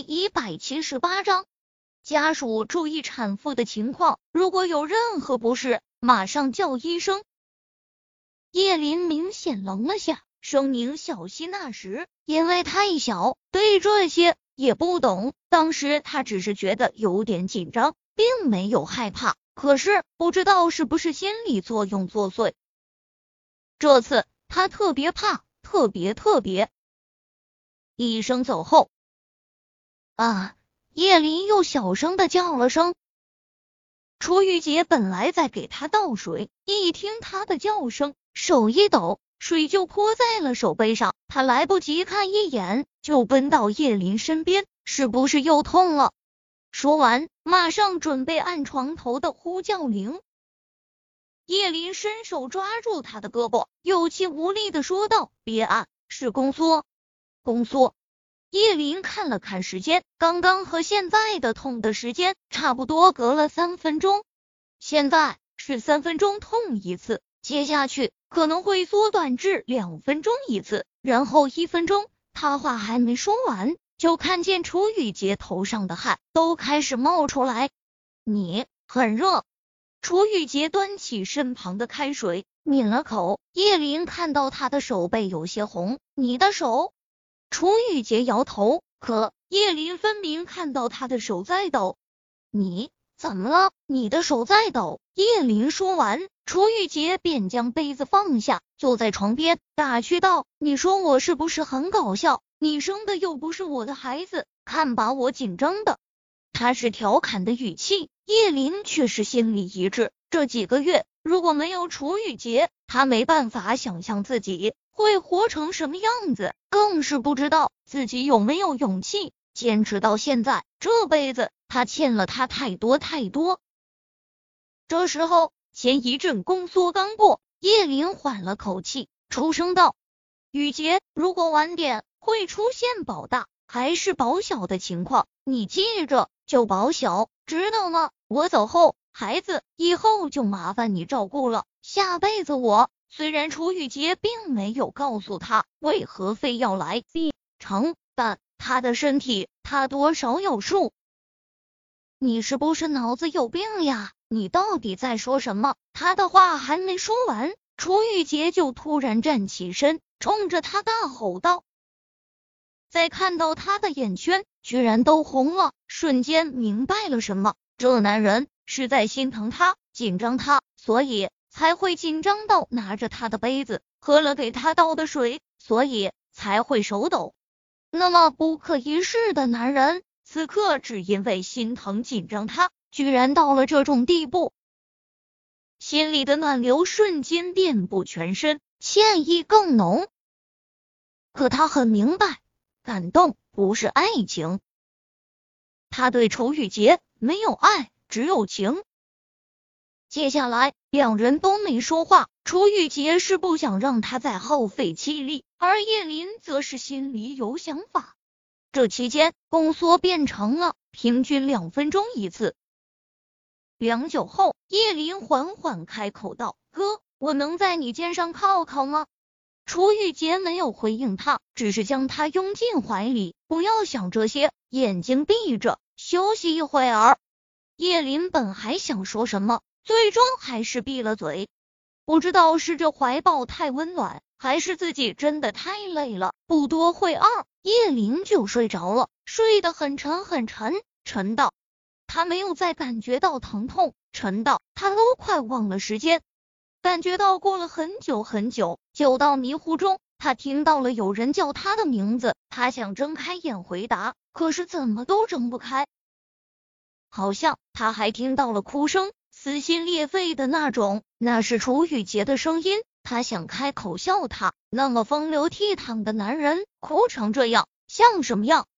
178章，家属注意产妇的情况，如果有任何不适，马上叫医生。叶林明显愣了下，声音小希那时因为太小，对这些也不懂，当时他只是觉得有点紧张，并没有害怕，可是不知道是不是心理作用作祟，这次他特别怕，特别。医生走后，叶林又小声的叫了声。楚雨洁本来在给他倒水，一听他的叫声，手一抖，水就泼在了手背上，他来不及看一眼，就奔到叶林身边，是不是又痛了？说完，马上准备按床头的呼叫铃。叶林伸手抓住他的胳膊，有气无力的说道：“别按，是宫缩。”宫缩。叶林看了看时间，刚刚和现在的痛的时间差不多隔了3分钟，现在是3分钟痛一次，接下去可能会缩短至2分钟一次，然后1分钟。他话还没说完，就看见楚雨洁头上的汗都开始冒出来。你很热。楚雨洁端起身旁的开水，抿了口。叶林看到他的手背有些红，你的手？楚雨洁摇头，可叶林分明看到他的手在抖。你怎么了？你的手在抖。叶林说完，楚雨洁便将杯子放下，坐在床边打趣道：你说我是不是很搞笑？你生的又不是我的孩子，看把我紧张的。他是调侃的语气，叶林却是心里一滞，这几个月如果没有楚雨洁，他没办法想象自己会活成什么样子，更是不知道自己有没有勇气坚持到现在。这辈子他欠了他太多。这时候前一阵宫缩刚过，叶林缓了口气，出声道：雨洁，如果晚点会出现保大还是保小的情况，你记着，就保小，知道吗？我走后，孩子以后就麻烦你照顾了，下辈子我。虽然楚雨洁并没有告诉他为何非要来继承，但他的身体他多少有数。你是不是脑子有病呀？你到底在说什么？他的话还没说完，楚雨洁就突然站起身，冲着他大吼道。在看到他的眼圈居然都红了，瞬间明白了什么，这男人是在心疼他，紧张他，所以才会紧张到拿着他的杯子，喝了给他倒的水，所以才会手抖。那么不可一世的男人，此刻只因为心疼紧张他，居然到了这种地步。心里的暖流瞬间遍布全身，歉意更浓。可他很明白，感动不是爱情。他对楚雨洁没有爱，只有情。接下来两人都没说话，楚雨洁是不想让他再耗费气力，而叶林则是心里有想法。这期间宫缩变成了平均2分钟一次。良久后，叶林缓缓开口道：哥，我能在你肩上靠靠吗？楚雨洁没有回应他，只是将他拥进怀里，不要想这些，眼睛闭着，休息一会儿。叶林本还想说什么，最终还是闭了嘴。不知道是这怀抱太温暖，还是自己真的太累了，不多会儿，叶林就睡着了，睡得很沉很沉，沉到他没有再感觉到疼痛，沉到他都快忘了时间。感觉到过了很久很久，久到迷糊中，他听到了有人叫他的名字，他想睁开眼回答，可是怎么都睁不开。好像他还听到了哭声，撕心裂肺的那种，那是楚雨洁的声音。他想开口笑他，那么风流倜傥的男人哭成这样，像什么样？